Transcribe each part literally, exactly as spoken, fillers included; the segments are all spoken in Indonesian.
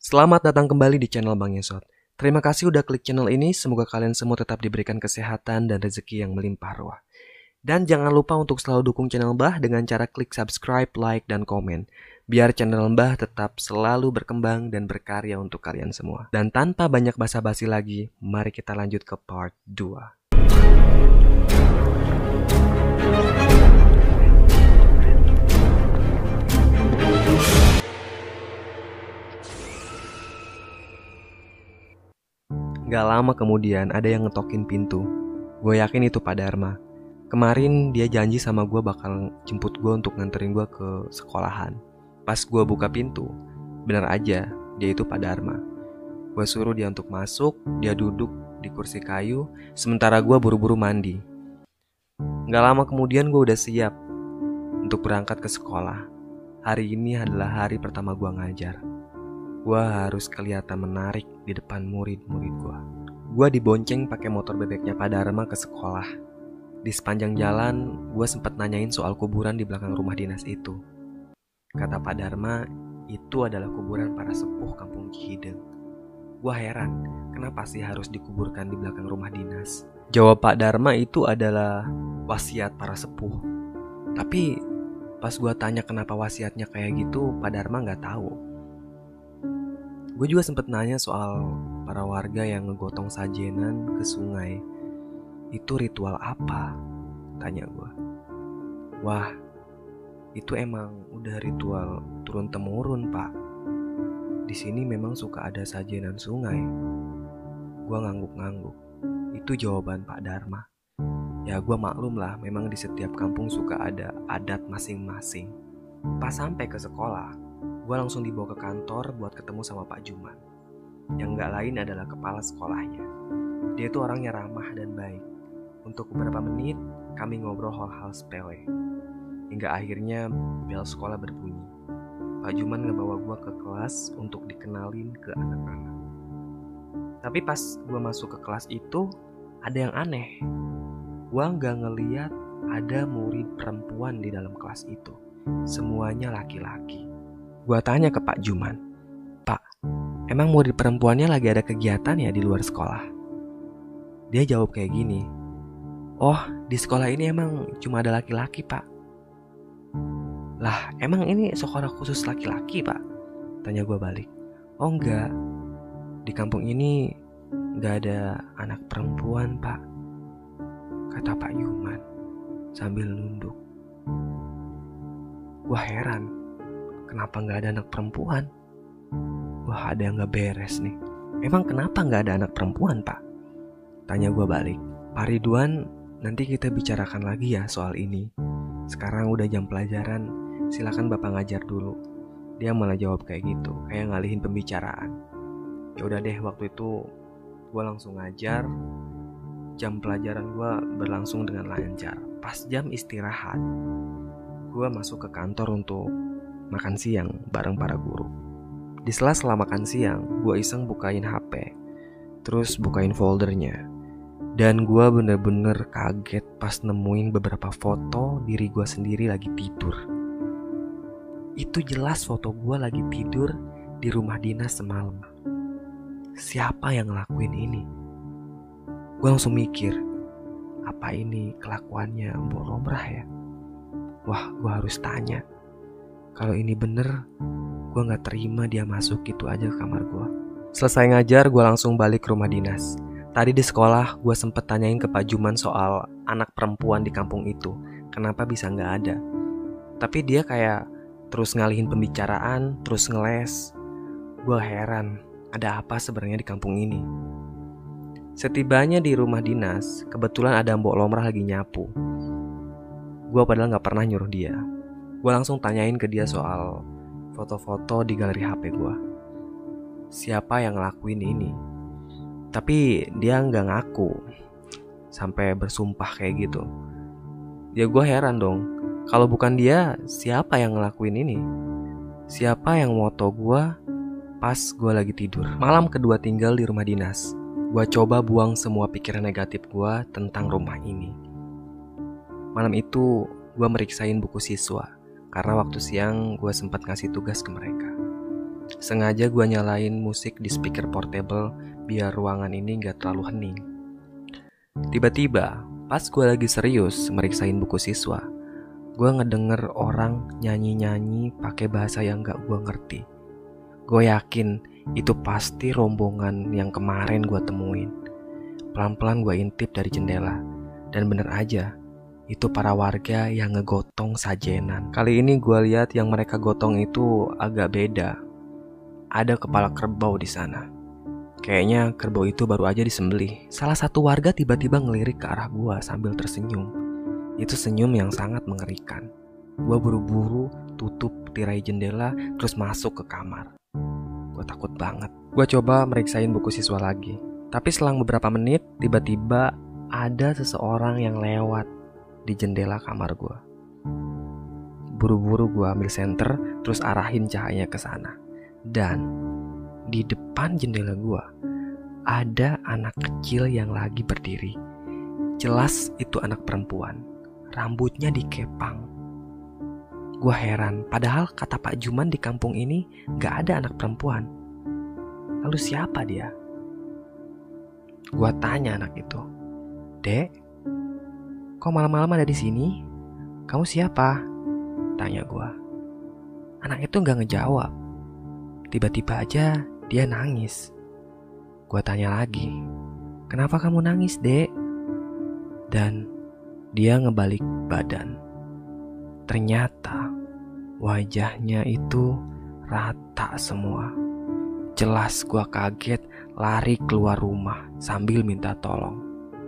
Selamat datang kembali di channel Bang Yesot. Terima kasih udah klik channel ini, semoga kalian semua tetap diberikan kesehatan dan rezeki yang melimpah ruah. Dan jangan lupa untuk selalu dukung channel Mbah dengan cara klik subscribe, like, dan komen. Biar channel Mbah tetap selalu berkembang dan berkarya untuk kalian semua. Dan tanpa banyak basa-basi lagi, mari kita lanjut ke part dua. Gak lama kemudian ada yang ngetokin pintu. Gue yakin itu Pak Dharma. Kemarin dia janji sama gue bakal jemput gue untuk nganterin gue ke sekolahan. Pas gue buka pintu, benar aja dia itu Pak Dharma. Gue suruh dia untuk masuk, dia duduk di kursi kayu, sementara gue buru-buru mandi. Gak lama kemudian gue udah siap untuk berangkat ke sekolah. Hari ini adalah hari pertama gue ngajar. Gue harus kelihatan menarik di depan murid-murid gue. Gue dibonceng pakai motor bebeknya Pak Dharma ke sekolah. Di sepanjang jalan, gue sempat nanyain soal kuburan di belakang rumah dinas itu. Kata Pak Dharma, itu adalah kuburan para sepuh kampung Cihideng. Gue heran, kenapa sih harus dikuburkan di belakang rumah dinas? Jawab Pak Dharma itu adalah wasiat para sepuh. Tapi pas gue tanya kenapa wasiatnya kayak gitu, Pak Dharma gak tahu. Gue juga sempet nanya soal para warga yang ngegotong sajenan ke sungai. Itu ritual apa? Tanya gue. Wah, itu emang udah ritual turun-temurun, Pak. Di sini memang suka ada sajenan sungai. Gue ngangguk-ngangguk. Itu jawaban Pak Dharma. Ya gue maklum lah, memang di setiap kampung suka ada adat masing-masing. Pas sampai ke sekolah, gue langsung dibawa ke kantor buat ketemu sama Pak Juman. Yang gak lain adalah kepala sekolahnya. Dia itu orangnya ramah dan baik. Untuk beberapa menit kami ngobrol hal-hal sepele. Hingga akhirnya bel sekolah berbunyi. Pak Juman ngebawa gue ke kelas untuk dikenalin ke anak-anak. Tapi pas gue masuk ke kelas itu, ada yang aneh. Gue gak ngeliat ada murid perempuan di dalam kelas itu. Semuanya laki-laki. Gua tanya ke Pak Juman, Pak, emang murid perempuannya lagi ada kegiatan ya di luar sekolah? Dia jawab kayak gini, oh di sekolah ini emang cuma ada laki-laki Pak. Lah emang ini sekolah khusus laki-laki Pak? Tanya gua balik. Oh enggak, di kampung ini enggak ada anak perempuan Pak, kata Pak Juman sambil nunduk. Gua heran, kenapa gak ada anak perempuan? Wah ada yang gak beres nih. Emang kenapa gak ada anak perempuan Pak? Tanya gue balik. Pak Ridwan, nanti kita bicarakan lagi ya soal ini. Sekarang udah jam pelajaran, silakan Bapak ngajar dulu. Dia malah jawab kayak gitu, kayak ngalihin pembicaraan. Ya udah deh, waktu itu gue langsung ngajar. Jam pelajaran gue berlangsung dengan lancar. Pas jam istirahat, gue masuk ke kantor untuk makan siang bareng para guru. Di sela-sela makan siang, gue iseng bukain H P, terus bukain foldernya. Dan gue bener-bener kaget pas nemuin beberapa foto diri gue sendiri lagi tidur. Itu jelas foto gue lagi tidur di rumah dinas semalam. Siapa yang ngelakuin ini? Gue langsung mikir, apa ini kelakuannya Mbok Lomrah ya? Wah, gue harus tanya. Kalau ini bener, gue gak terima dia masuk gitu aja ke kamar gue. Selesai ngajar, gue langsung balik ke rumah dinas. Tadi di sekolah, gue sempet tanyain ke Pak Juman soal anak perempuan di kampung itu. Kenapa bisa gak ada? Tapi dia kayak terus ngalihin pembicaraan, terus ngeles. Gue heran, ada apa sebenarnya di kampung ini? Setibanya di rumah dinas, kebetulan ada Mbok Lomrah lagi nyapu. Gue padahal gak pernah nyuruh dia. Gue langsung tanyain ke dia soal foto-foto di galeri H P gue. Siapa yang ngelakuin ini? Tapi dia gak ngaku sampai bersumpah kayak gitu. Ya gue heran dong, kalau bukan dia, siapa yang ngelakuin ini? Siapa yang moto gue pas gue lagi tidur? Malam kedua tinggal di rumah dinas, gue coba buang semua pikiran negatif gue tentang rumah ini. Malam itu gue meriksain buku siswa, karena waktu siang gue sempat ngasih tugas ke mereka. Sengaja gue nyalain musik di speaker portable biar ruangan ini gak terlalu hening. Tiba-tiba pas gue lagi serius meriksain buku siswa, gue ngedenger orang nyanyi-nyanyi pakai bahasa yang gak gue ngerti. Gue yakin itu pasti rombongan yang kemarin gue temuin. Pelan-pelan gue intip dari jendela, dan bener aja, itu para warga yang ngegotong sajenan. Kali ini gue lihat yang mereka gotong itu agak beda. Ada kepala kerbau di sana. Kayaknya kerbau itu baru aja disembelih. Salah satu warga tiba-tiba ngelirik ke arah gue sambil tersenyum. Itu senyum yang sangat mengerikan. Gue buru-buru tutup tirai jendela terus masuk ke kamar. Gue takut banget. Gue coba meriksain buku siswa lagi. Tapi selang beberapa menit, tiba-tiba ada seseorang yang lewat di jendela kamar gue. Buru-buru gue ambil senter, terus arahin cahayanya ke sana. Dan di depan jendela gue ada anak kecil yang lagi berdiri. Jelas itu anak perempuan. Rambutnya dikepang. Gue heran, padahal kata Pak Juman di kampung ini gak ada anak perempuan. Lalu siapa dia? Gue tanya anak itu, "Dek, kok malam-malam ada di sini? Kamu siapa?" Tanya gue. Anak itu gak ngejawab. Tiba-tiba aja dia nangis. Gue tanya lagi, "Kenapa kamu nangis, Dek?" Dan dia ngebalik badan. Ternyata wajahnya itu rata semua. Jelas gue kaget, lari keluar rumah sambil minta tolong.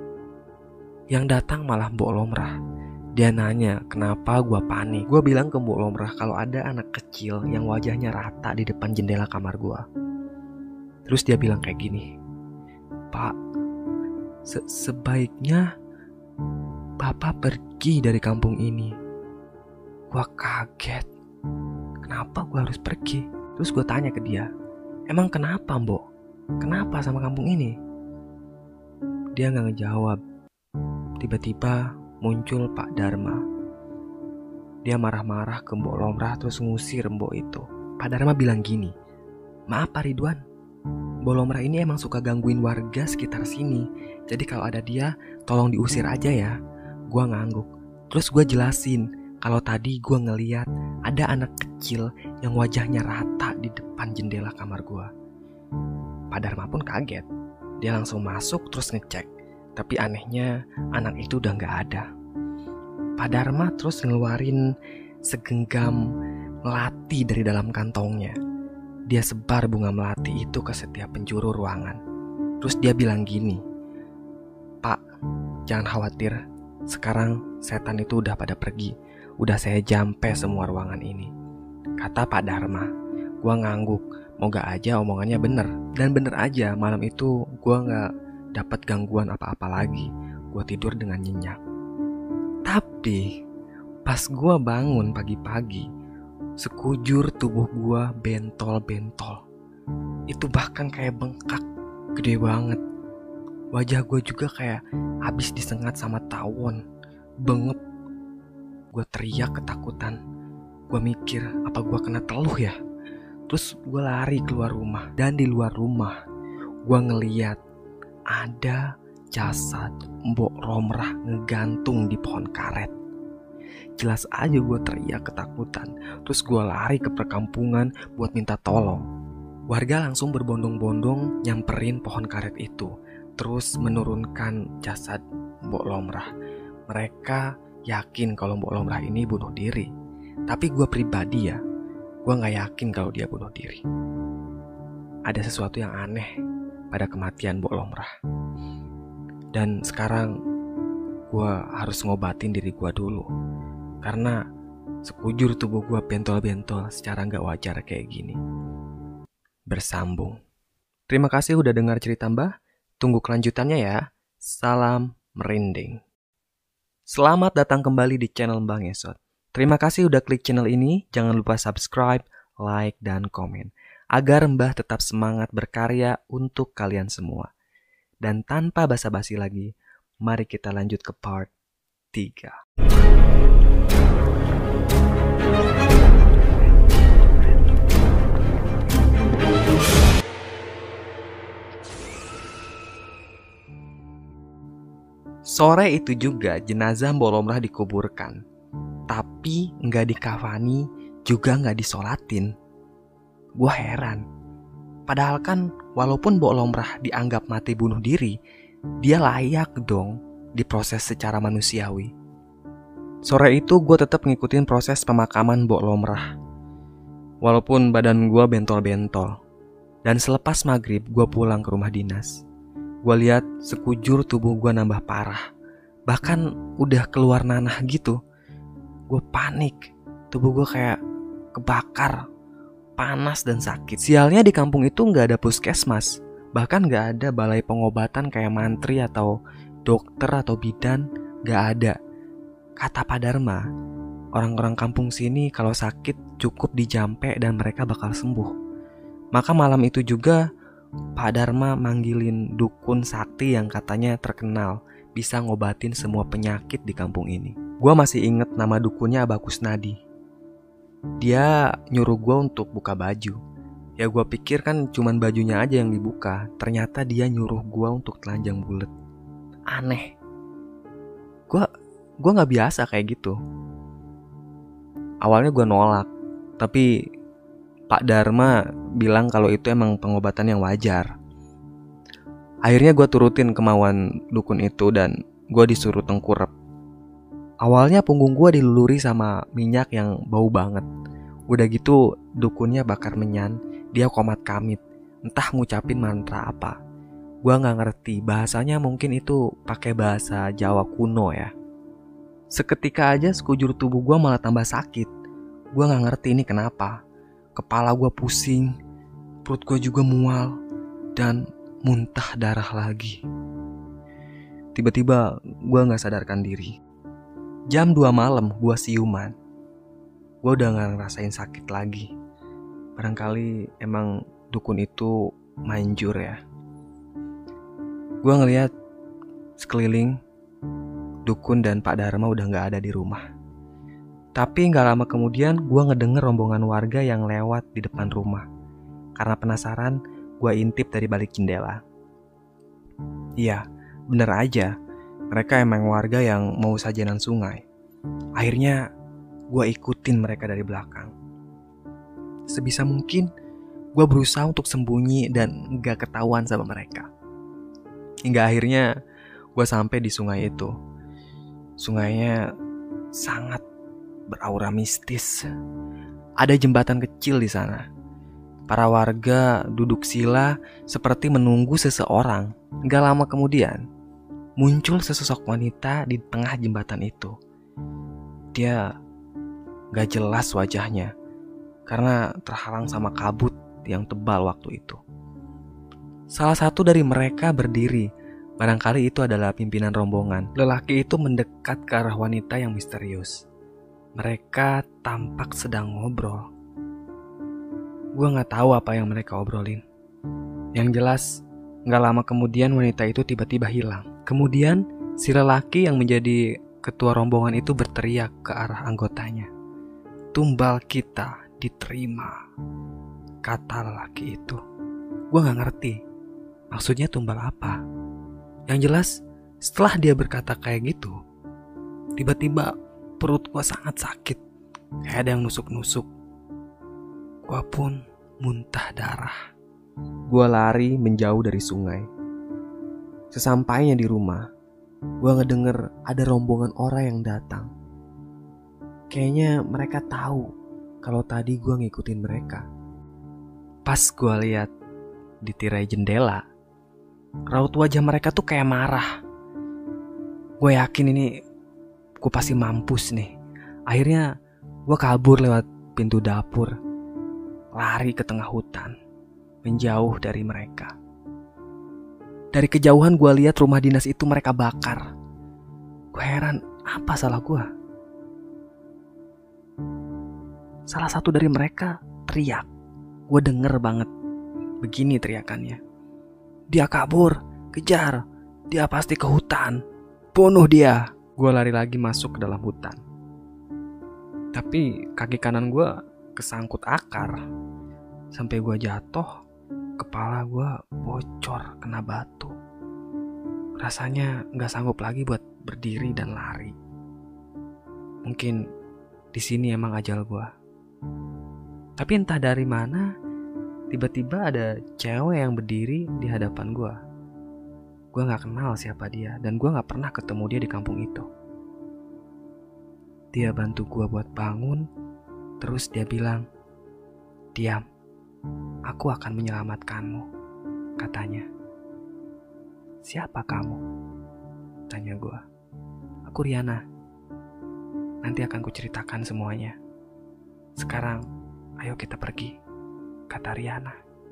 Yang datang malah Mbok Lomrah. Dia nanya kenapa gue panik. Gue bilang ke Mbok Lomrah kalau ada anak kecil yang wajahnya rata di depan jendela kamar gue. Terus dia bilang kayak gini, "Pak, se- sebaiknya Bapak pergi dari kampung ini." Gue kaget. Kenapa gue harus pergi? Terus gue tanya ke dia, "Emang kenapa, Mbok? Kenapa sama kampung ini?" Dia gak ngejawab. Tiba-tiba muncul Pak Dharma. Dia marah-marah ke Mbok Lomrah terus ngusir Mbok itu. Pak Dharma bilang gini, "Maaf Pak Ridwan, Mbok Lomrah ini emang suka gangguin warga sekitar sini. Jadi kalau ada dia, tolong diusir aja ya." Gua ngangguk. Terus gue jelasin kalau tadi gue ngeliat ada anak kecil yang wajahnya rata di depan jendela kamar gue. Pak Dharma pun kaget. Dia langsung masuk terus ngecek. Tapi anehnya anak itu udah gak ada. Pak Dharma terus ngeluarin segenggam melati dari dalam kantongnya. Dia sebar bunga melati itu ke setiap penjuru ruangan. Terus dia bilang gini, "Pak, jangan khawatir. Sekarang setan itu udah pada pergi. Udah saya jampe semua ruangan ini." Kata Pak Dharma. Gua ngangguk, moga aja omongannya bener. Dan bener aja, malam itu gua gak dapat gangguan apa-apa lagi. Gua tidur dengan nyenyak. Tapi pas gua bangun pagi-pagi, sekujur tubuh gua bentol-bentol. Itu bahkan kayak bengkak, gede banget. Wajah gua juga kayak habis disengat sama tawon, bengep. Gue teriak ketakutan. Gue mikir, apa gue kena teluh ya? Terus gue lari keluar rumah. Dan di luar rumah gue ngeliat ada jasad Mbok Lomrah ngegantung di pohon karet. Jelas aja gue teriak ketakutan. Terus gue lari ke perkampungan buat minta tolong. Warga langsung berbondong-bondong nyamperin pohon karet itu, terus menurunkan jasad Mbok Lomrah. Mereka yakin kalau Mbok Lomrah ini bunuh diri. Tapi gue pribadi ya, gue gak yakin kalau dia bunuh diri. Ada sesuatu yang aneh pada kematian Mbok Lomrah. Dan sekarang gue harus ngobatin diri gue dulu. Karena sekujur tubuh gue bentol-bentol secara gak wajar kayak gini. Bersambung. Terima kasih udah dengar cerita Mbah. Tunggu kelanjutannya ya. Salam merinding. Selamat datang kembali di channel Mbah Ngesot. Terima kasih udah klik channel ini. Jangan lupa subscribe, like, dan komen. Agar Mbah tetap semangat berkarya untuk kalian semua. Dan tanpa basa-basi lagi, mari kita lanjut ke part tiga. Sore itu juga jenazah Mbok Lomrah dikuburkan. Tapi nggak dikafani, juga nggak disolatin. Gue heran. Padahal kan walaupun Mbok Lomrah dianggap mati bunuh diri, dia layak dong diproses secara manusiawi. Sore itu gue tetap ngikutin proses pemakaman Mbok Lomrah. Walaupun badan gue bentol-bentol. Dan selepas maghrib gue pulang ke rumah dinas. Gue lihat sekujur tubuh gue nambah parah. Bahkan udah keluar nanah gitu. Gue panik. Tubuh gue kayak kebakar, panas dan sakit. Sialnya di kampung itu gak ada puskesmas. Bahkan gak ada balai pengobatan kayak mantri atau dokter atau bidan. Gak ada. Kata Pak Dharma, orang-orang kampung sini kalau sakit cukup dijampe dan mereka bakal sembuh. Maka malam itu juga Pak Dharma manggilin dukun sakti yang katanya terkenal bisa ngobatin semua penyakit di kampung ini. Gua masih inget nama dukunnya Abakus Nadi. Dia nyuruh gue untuk buka baju. Ya gue pikir kan cuman bajunya aja yang dibuka. Ternyata dia nyuruh gue untuk telanjang bulat. Aneh. Gue gue nggak biasa kayak gitu. Awalnya gue nolak, tapi Pak Dharma bilang kalau itu emang pengobatan yang wajar. Akhirnya gue turutin kemauan dukun itu dan gue disuruh tengkurap. Awalnya punggung gue diluluri sama minyak yang bau banget. Udah gitu dukunnya bakar menyan, dia komat kamit, entah ngucapin mantra apa. Gue gak ngerti, bahasanya mungkin itu pakai bahasa Jawa kuno ya. Seketika aja sekujur tubuh gue malah tambah sakit. Gue gak ngerti ini kenapa. Kepala gue pusing, perut gue juga mual, dan muntah darah lagi. Tiba-tiba gue gak sadarkan diri. Jam dua malam gue siuman. Gue udah gak ngerasain sakit lagi. Barangkali emang dukun itu manjur ya. Gue ngeliat sekeliling, dukun dan Pak Dharma udah gak ada di rumah. Tapi gak lama kemudian gue ngedenger rombongan warga yang lewat di depan rumah. Karena penasaran, gue intip dari balik jendela. Iya, bener aja. Mereka emang warga yang mau sajanan sungai. Akhirnya gue ikutin mereka dari belakang. Sebisa mungkin gue berusaha untuk sembunyi dan gak ketahuan sama mereka. Hingga akhirnya gue sampai di sungai itu. Sungainya sangat beraura mistis. Ada jembatan kecil di sana. Para warga duduk sila seperti menunggu seseorang. Gak lama kemudian muncul sesosok wanita di tengah jembatan itu. Dia gak jelas wajahnya karena terhalang sama kabut yang tebal waktu itu. Salah satu dari mereka berdiri. Barangkali itu adalah pimpinan rombongan. Lelaki itu mendekat ke arah wanita yang misterius. Mereka tampak sedang ngobrol. Gue gak tahu apa yang mereka obrolin. Yang jelas, gak lama kemudian wanita itu tiba-tiba hilang. Kemudian, si lelaki yang menjadi ketua rombongan itu berteriak ke arah anggotanya. Tumbal kita diterima, kata lelaki itu. Gue gak ngerti, maksudnya tumbal apa. Yang jelas, setelah dia berkata kayak gitu, tiba-tiba perut gue sangat sakit. Kayak ada yang nusuk-nusuk. Gue pun muntah darah. Gue lari menjauh dari sungai. Sesampainya di rumah, gue ngedenger ada rombongan orang yang datang. Kayaknya mereka tahu kalau tadi gue ngikutin mereka. Pas gue lihat di tirai jendela, raut wajah mereka tuh kayak marah. Gue yakin ini gue pasti mampus nih. Akhirnya gue kabur lewat pintu dapur, lari ke tengah hutan, menjauh dari mereka. Dari kejauhan gue lihat rumah dinas itu mereka bakar. Gue heran, apa salah gue? Salah satu dari mereka teriak. Gue denger banget. Begini teriakannya. Dia kabur, kejar. Dia pasti ke hutan. Bunuh dia. Gue lari lagi masuk ke dalam hutan. Tapi kaki kanan gue kesangkut akar. Sampai gue jatuh, kepala gue bocor kena batu. Rasanya gak sanggup lagi buat berdiri dan lari. Mungkin di sini emang ajal gue. Tapi entah dari mana, tiba-tiba ada cewek yang berdiri di hadapan gue. Gue gak kenal siapa dia, dan gue gak pernah ketemu dia di kampung itu. Dia bantu gue buat bangun, terus dia bilang, "Diam, aku akan menyelamatkanmu," katanya. "Siapa kamu?" tanya gue. "Aku Riana. Nanti akan kuceritakan semuanya. Sekarang, ayo kita pergi," kata Riana.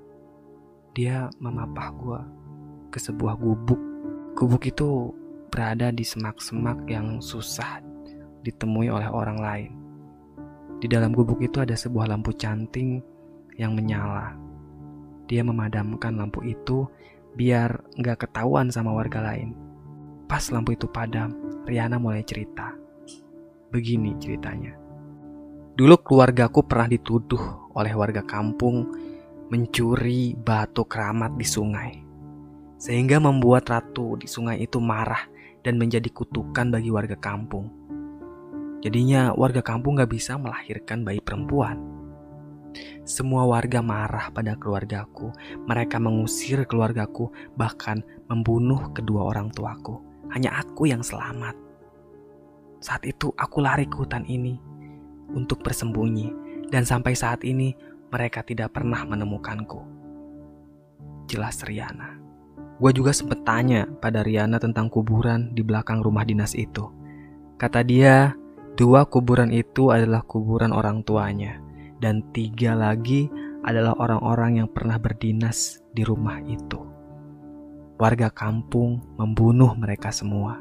Dia memapah gue ke sebuah gubuk. Gubuk itu berada di semak-semak yang susah ditemui oleh orang lain. Di dalam gubuk itu ada sebuah lampu canting yang menyala. Dia memadamkan lampu itu biar gak ketahuan sama warga lain. Pas lampu itu padam, Riana mulai cerita. Begini ceritanya. Dulu keluargaku pernah dituduh oleh warga kampung mencuri batu keramat di sungai, sehingga membuat ratu di sungai itu marah dan menjadi kutukan bagi warga kampung. Jadinya warga kampung gak bisa melahirkan bayi perempuan. Semua warga marah pada keluargaku. Mereka mengusir keluargaku, bahkan membunuh kedua orang tuaku. Hanya aku yang selamat. Saat itu aku lari ke hutan ini untuk bersembunyi, dan sampai saat ini mereka tidak pernah menemukanku. Jelas Riana. Gue juga sempet tanya pada Riana tentang kuburan di belakang rumah dinas itu. Kata dia, dua kuburan itu adalah kuburan orang tuanya, dan tiga lagi adalah orang-orang yang pernah berdinas di rumah itu. Warga kampung membunuh mereka semua.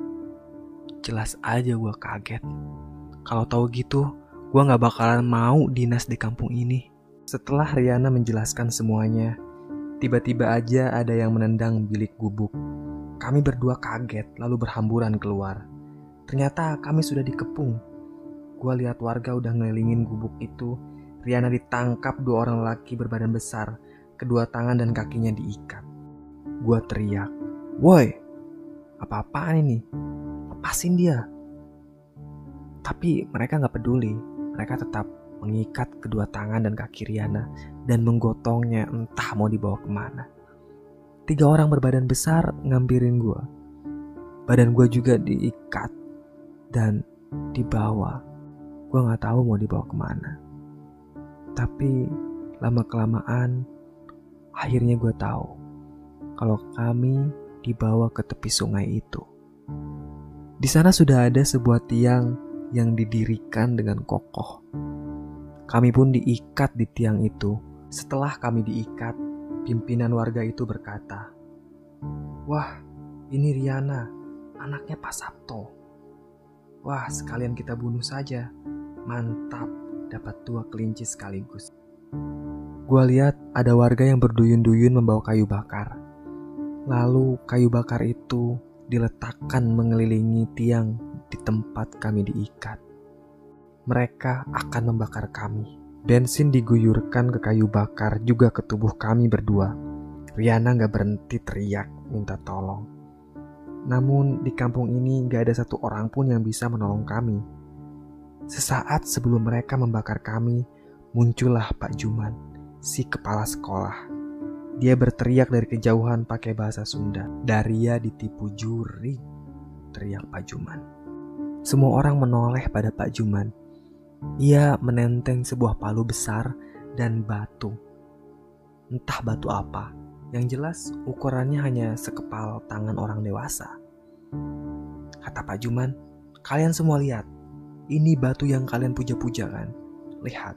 Jelas aja gue kaget. Kalau tahu gitu, gue gak bakalan mau dinas di kampung ini. Setelah Riana menjelaskan semuanya, tiba-tiba aja ada yang menendang bilik gubuk. Kami berdua kaget lalu berhamburan keluar. Ternyata kami sudah dikepung. Gua lihat warga udah ngelilingin gubuk itu. Riana ditangkap dua orang lelaki berbadan besar. Kedua tangan dan kakinya diikat. Gua teriak, "Woi, apa-apaan ini? Lepasin dia." Tapi mereka gak peduli. Mereka tetap mengikat kedua tangan dan kaki Riana dan menggotongnya entah mau dibawa kemana. Tiga orang berbadan besar ngampirin gua. Badan gua juga diikat dan dibawa. Gue gak tahu mau dibawa kemana. Tapi lama-kelamaan akhirnya gue tahu kalau kami dibawa ke tepi sungai itu. Di sana sudah ada sebuah tiang yang didirikan dengan kokoh. Kami pun diikat di tiang itu. Setelah kami diikat, pimpinan warga itu berkata, "Wah, ini Riana, anaknya Pak Sabto. Wah, sekalian kita bunuh saja. Mantap, dapat dua kelinci sekaligus." Gua lihat ada warga yang berduyun-duyun membawa kayu bakar. Lalu kayu bakar itu diletakkan mengelilingi tiang di tempat kami diikat. Mereka akan membakar kami. Bensin diguyurkan ke kayu bakar juga ke tubuh kami berdua. Riana gak berhenti teriak minta tolong. Namun di kampung ini gak ada satu orang pun yang bisa menolong kami. Sesaat sebelum mereka membakar kami, muncullah Pak Juman, si kepala sekolah. Dia berteriak dari kejauhan pakai bahasa Sunda. "Daria ditipu juri," teriak Pak Juman. Semua orang menoleh pada Pak Juman. Ia menenteng sebuah palu besar dan batu. Entah batu apa, yang jelas ukurannya hanya sekepal tangan orang dewasa. Kata Pak Juman, "Kalian semua lihat, ini batu yang kalian puja-puja kan? Lihat."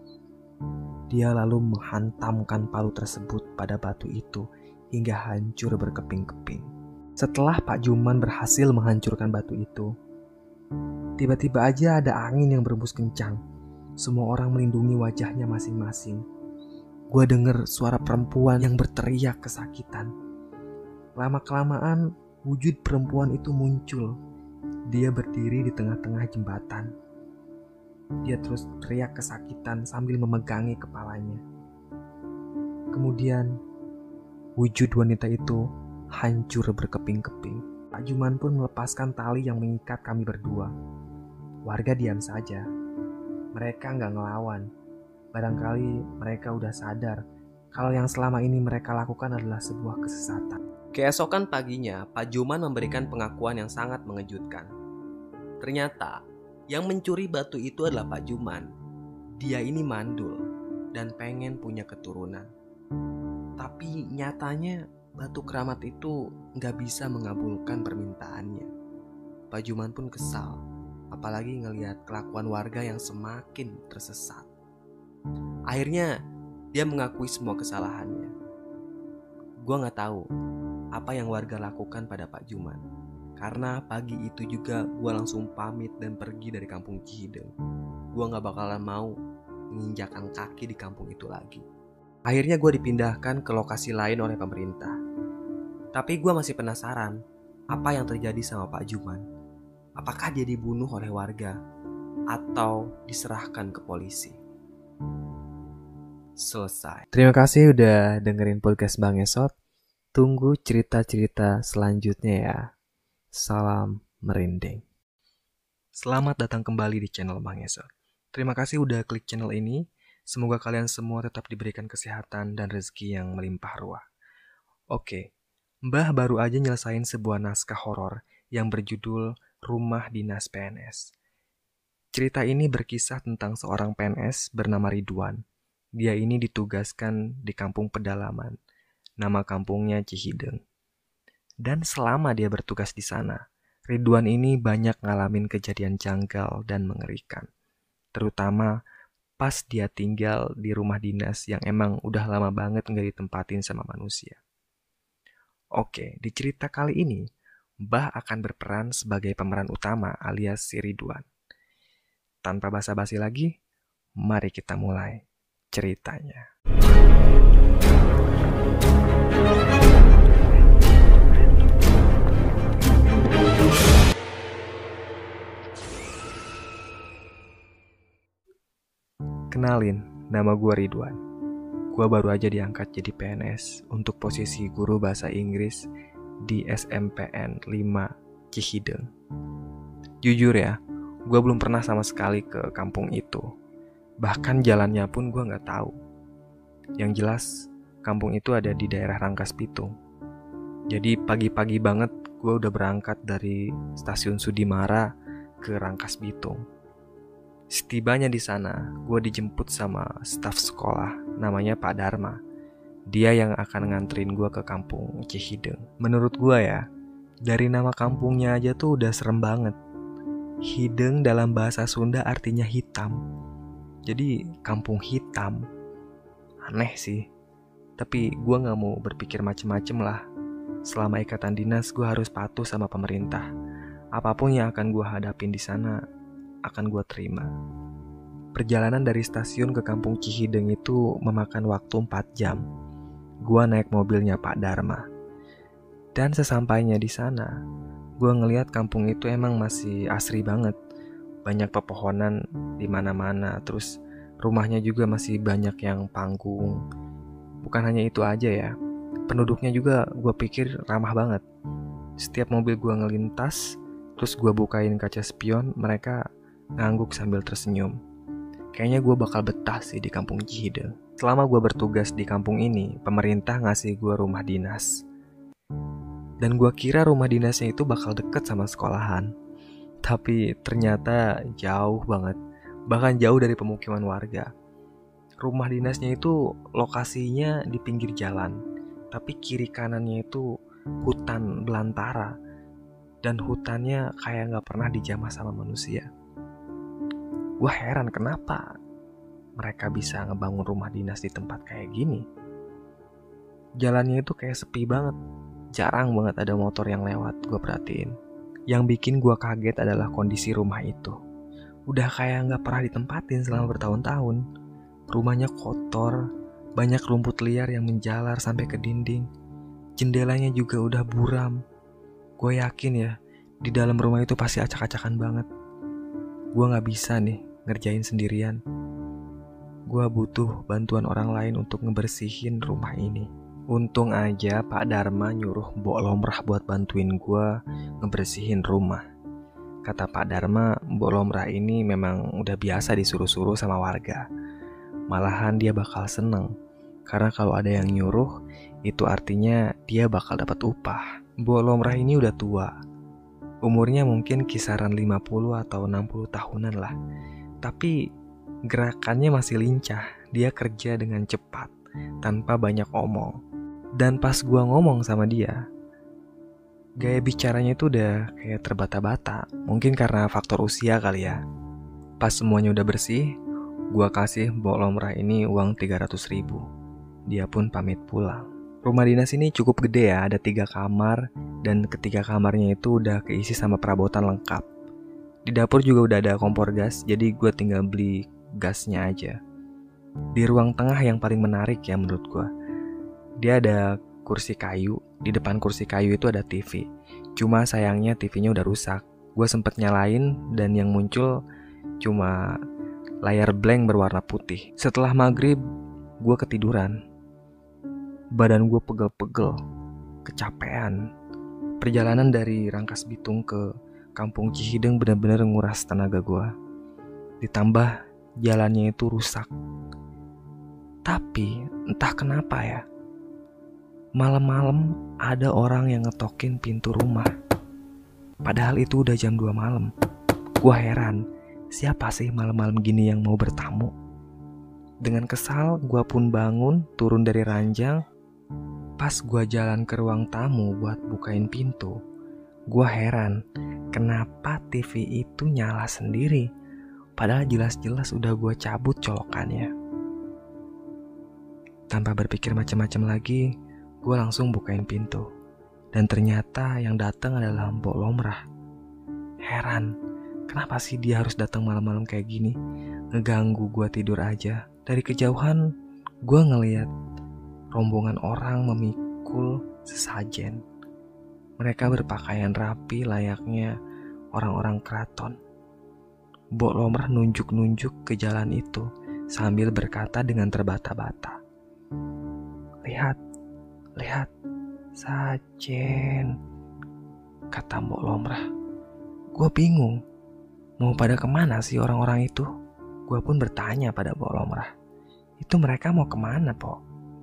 Dia lalu menghantamkan palu tersebut pada batu itu hingga hancur berkeping-keping. Setelah Pak Juman berhasil menghancurkan batu itu, tiba-tiba aja ada angin yang berembus kencang. Semua orang melindungi wajahnya masing-masing. Gua denger suara perempuan yang berteriak kesakitan. Lama-kelamaan wujud perempuan itu muncul. Dia berdiri di tengah-tengah jembatan. Dia terus teriak kesakitan sambil memegangi kepalanya. Kemudian wujud wanita itu hancur berkeping-keping. Pak Juman pun melepaskan tali yang mengikat kami berdua. Warga diam saja. Mereka nggak ngelawan. Barangkali mereka udah sadar kalau yang selama ini mereka lakukan adalah sebuah kesesatan. Keesokan paginya, Pak Juman memberikan pengakuan yang sangat mengejutkan. Ternyata, yang mencuri batu itu adalah Pak Juman. Dia ini mandul dan pengen punya keturunan. Tapi nyatanya batu keramat itu nggak bisa mengabulkan permintaannya. Pak Juman pun kesal, apalagi ngelihat kelakuan warga yang semakin tersesat. Akhirnya dia mengakui semua kesalahannya. Gua nggak tahu apa yang warga lakukan pada Pak Juman, karena pagi itu juga gua langsung pamit dan pergi dari kampung Cihideng. Gua nggak bakalan mau menginjakan kaki di kampung itu lagi. Akhirnya gue dipindahkan ke lokasi lain oleh pemerintah. Tapi gue masih penasaran apa yang terjadi sama Pak Juman. Apakah dia dibunuh oleh warga atau diserahkan ke polisi? Selesai. Terima kasih udah dengerin podcast Bang Esot. Tunggu cerita-cerita selanjutnya ya. Salam merinding. Selamat datang kembali di channel Bang Esot. Terima kasih udah klik channel ini. Semoga kalian semua tetap diberikan kesehatan dan rezeki yang melimpah ruah. Oke, Mbah baru aja nyelesain sebuah naskah horor yang berjudul Rumah Dinas P N S. Cerita ini berkisah tentang seorang P N S bernama Ridwan. Dia ini ditugaskan di kampung pedalaman. Nama kampungnya Cihideng. Dan selama dia bertugas di sana, Ridwan ini banyak ngalamin kejadian janggal dan mengerikan. Terutama pas dia tinggal di rumah dinas yang emang udah lama banget nggak ditempatin sama manusia. Oke, di cerita kali ini, Mbah akan berperan sebagai pemeran utama alias si Ridwan. Tanpa basa-basi lagi, mari kita mulai ceritanya. Kenalin, nama gue Ridwan. Gue baru aja diangkat jadi P N S untuk posisi guru bahasa Inggris di S M P N lima Cihideng. Jujur ya, gue belum pernah sama sekali ke kampung itu. Bahkan jalannya pun gue gak tahu. Yang jelas, kampung itu ada di daerah Rangkas Bitung. Jadi pagi-pagi banget gue udah berangkat dari stasiun Sudimara ke Rangkas Bitung. Setibanya di sana, gue dijemput sama staf sekolah, namanya Pak Dharma. Dia yang akan nganterin gue ke kampung Cihideng. Menurut gue ya, dari nama kampungnya aja tuh udah serem banget. Hideng dalam bahasa Sunda artinya hitam. Jadi kampung hitam. Aneh sih. Tapi gue gak mau berpikir macem-macem lah. Selama ikatan dinas, gue harus patuh sama pemerintah. Apapun yang akan gue hadapin di sana, akan gue terima. Perjalanan dari stasiun ke kampung Cihideng itu memakan waktu empat jam. Gue naik mobilnya Pak Dharma. Dan sesampainya di sana, gue ngelihat kampung itu emang masih asri banget. Banyak pepohonan di mana-mana, terus rumahnya juga masih banyak yang panggung. Bukan hanya itu aja ya, penduduknya juga gue pikir ramah banget. Setiap mobil gue ngelintas, terus gue bukain kaca spion, mereka ngangguk sambil tersenyum. Kayaknya gue bakal betah sih di kampung Cihideng. Selama gue bertugas di kampung ini, pemerintah ngasih gue rumah dinas. Dan gue kira rumah dinasnya itu bakal deket sama sekolahan. Tapi ternyata jauh banget. Bahkan jauh dari pemukiman warga. Rumah dinasnya itu lokasinya di pinggir jalan. Tapi kiri kanannya itu hutan belantara. Dan hutannya kayak gak pernah dijamah sama manusia. Gue heran kenapa mereka bisa ngebangun rumah dinas di tempat kayak gini. Jalannya itu kayak sepi banget. Jarang banget ada motor yang lewat, gue perhatiin. Yang bikin gue kaget adalah kondisi rumah itu. Udah kayak gak pernah ditempatin selama bertahun-tahun. Rumahnya kotor, banyak rumput liar yang menjalar sampai ke dinding. Jendelanya juga udah buram. Gue yakin ya, di dalam rumah itu pasti acak-acakan banget. Gue gak bisa nih ngerjain sendirian. Gue butuh bantuan orang lain untuk ngebersihin rumah ini. Untung aja Pak Dharma nyuruh Mbok Lomrah buat bantuin gue ngebersihin rumah. Kata Pak Dharma, Mbok Lomrah ini memang udah biasa disuruh-suruh sama warga. Malahan dia bakal seneng, karena kalau ada yang nyuruh, itu artinya dia bakal dapat upah. Mbok Lomrah ini udah tua. Umurnya mungkin kisaran lima puluh atau enam puluh tahunan lah. Tapi gerakannya masih lincah. Dia kerja dengan cepat, tanpa banyak omong. Dan pas gua ngomong sama dia, gaya bicaranya itu udah kayak terbata-bata. Mungkin karena faktor usia kali ya. Pas semuanya udah bersih, gua kasih Mbok Lomrah ini uang tiga ratus ribu. Dia pun pamit pulang. Rumah dinas ini cukup gede ya, ada tiga kamar. Dan ketiga kamarnya itu udah keisi sama perabotan lengkap. Di dapur juga udah ada kompor gas, jadi gua tinggal beli gasnya aja. Di ruang tengah yang paling menarik ya menurut gua, dia ada kursi kayu. Di depan kursi kayu itu ada T V. Cuma sayangnya T V-nya udah rusak. Gue sempet nyalain dan yang muncul cuma layar blank berwarna putih. Setelah maghrib, gue ketiduran. Badan gue pegel-pegel, kecapean. Perjalanan dari Rangkas Bitung ke Kampung Cihideng benar-benar nguras tenaga gue. Ditambah jalannya itu rusak. Tapi entah kenapa ya, malam-malam ada orang yang ngetokin pintu rumah. Padahal itu udah jam dua malam. Gua heran, siapa sih malam-malam gini yang mau bertamu? Dengan kesal, gua pun bangun, turun dari ranjang. Pas gua jalan ke ruang tamu buat bukain pintu, gua heran, kenapa T V itu nyala sendiri? Padahal jelas-jelas udah gua cabut colokannya. Tanpa berpikir macam-macam lagi, gue langsung bukain pintu. Dan ternyata yang datang adalah Mbok Lomrah. Heran, kenapa sih dia harus datang malam-malam kayak gini? Ngeganggu gue tidur aja. Dari kejauhan, gue ngeliat rombongan orang memikul sesajen. Mereka berpakaian rapi layaknya orang-orang keraton. Mbok Lomrah nunjuk-nunjuk ke jalan itu sambil berkata dengan terbata-bata, "Lihat, lihat, sajen," kata Mbok Lomrah. Gue bingung, mau pada kemana sih orang-orang itu? Gue pun bertanya pada Mbok Lomrah, itu mereka mau kemana, Po?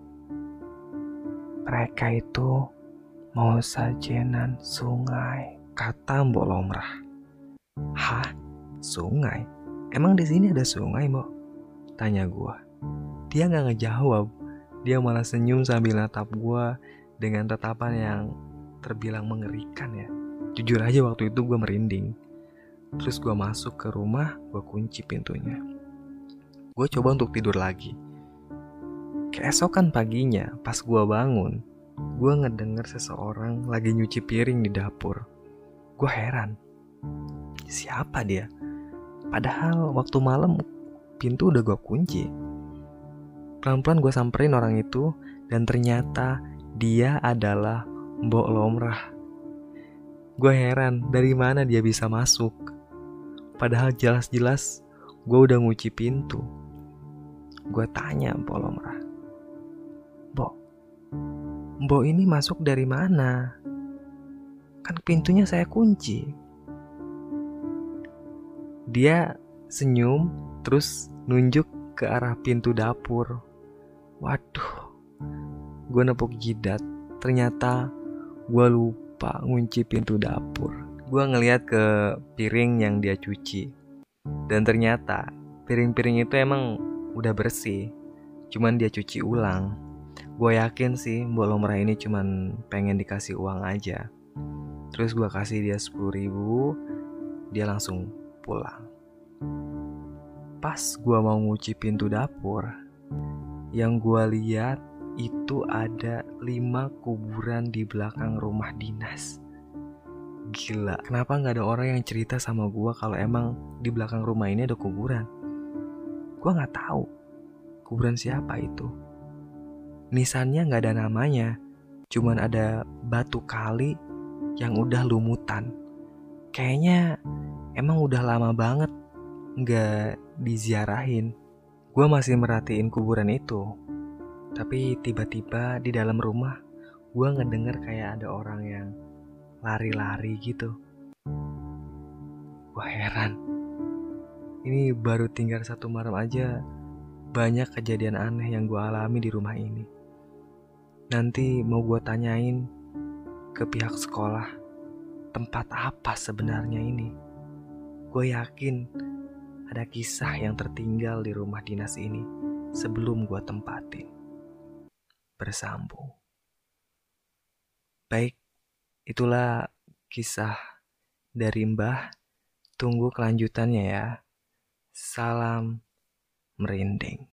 Mereka itu mau sajenan sungai, kata Mbok Lomrah. Hah? Sungai? Emang di sini ada sungai, Mbok? Tanya gue. Dia gak ngejawab. Dia malah senyum sambil natap gue dengan tatapan yang terbilang mengerikan ya. Jujur aja waktu itu gue merinding. Terus gue masuk ke rumah, gue kunci pintunya. Gue coba untuk tidur lagi. Keesokan paginya, pas gue bangun, gue ngedenger seseorang lagi nyuci piring di dapur. Gue heran, siapa dia? Padahal waktu malam pintu udah gue kunci. Pelan-pelan gue samperin orang itu, dan ternyata dia adalah Mbok Lomrah. Gue heran dari mana dia bisa masuk. Padahal jelas-jelas gue udah ngunci pintu. Gue tanya Mbok Lomrah, "Mbok, Mbok ini masuk dari mana? Kan pintunya saya kunci." Dia senyum terus nunjuk ke arah pintu dapur. Waduh, gue nepuk jidat. Ternyata gue lupa ngunci pintu dapur. Gue ngeliat ke piring yang dia cuci. Dan ternyata piring-piring itu emang udah bersih. Cuman dia cuci ulang. Gue yakin sih Mbok Lomrah ini cuman pengen dikasih uang aja. Terus gue kasih dia sepuluh ribu. Dia langsung pulang. Pas gue mau ngunci pintu dapur, yang gue lihat itu ada lima kuburan di belakang rumah dinas. Gila, kenapa gak ada orang yang cerita sama gue kalau emang di belakang rumah ini ada kuburan? Gue gak tahu kuburan siapa itu. Nisannya gak ada namanya, cuman ada batu kali yang udah lumutan. Kayaknya emang udah lama banget gak diziarahin. Gue masih merhatiin kuburan itu. Tapi tiba-tiba di dalam rumah gue ngedenger kayak ada orang yang lari-lari gitu. Gue heran. Ini baru tinggal satu malam aja banyak kejadian aneh yang gue alami di rumah ini. Nanti mau gue tanyain ke pihak sekolah, tempat apa sebenarnya ini. Gue yakin ada kisah yang tertinggal di rumah dinas ini sebelum gue tempatin. Bersambung. Baik, itulah kisah dari Mbah. Tunggu kelanjutannya ya. Salam merinding.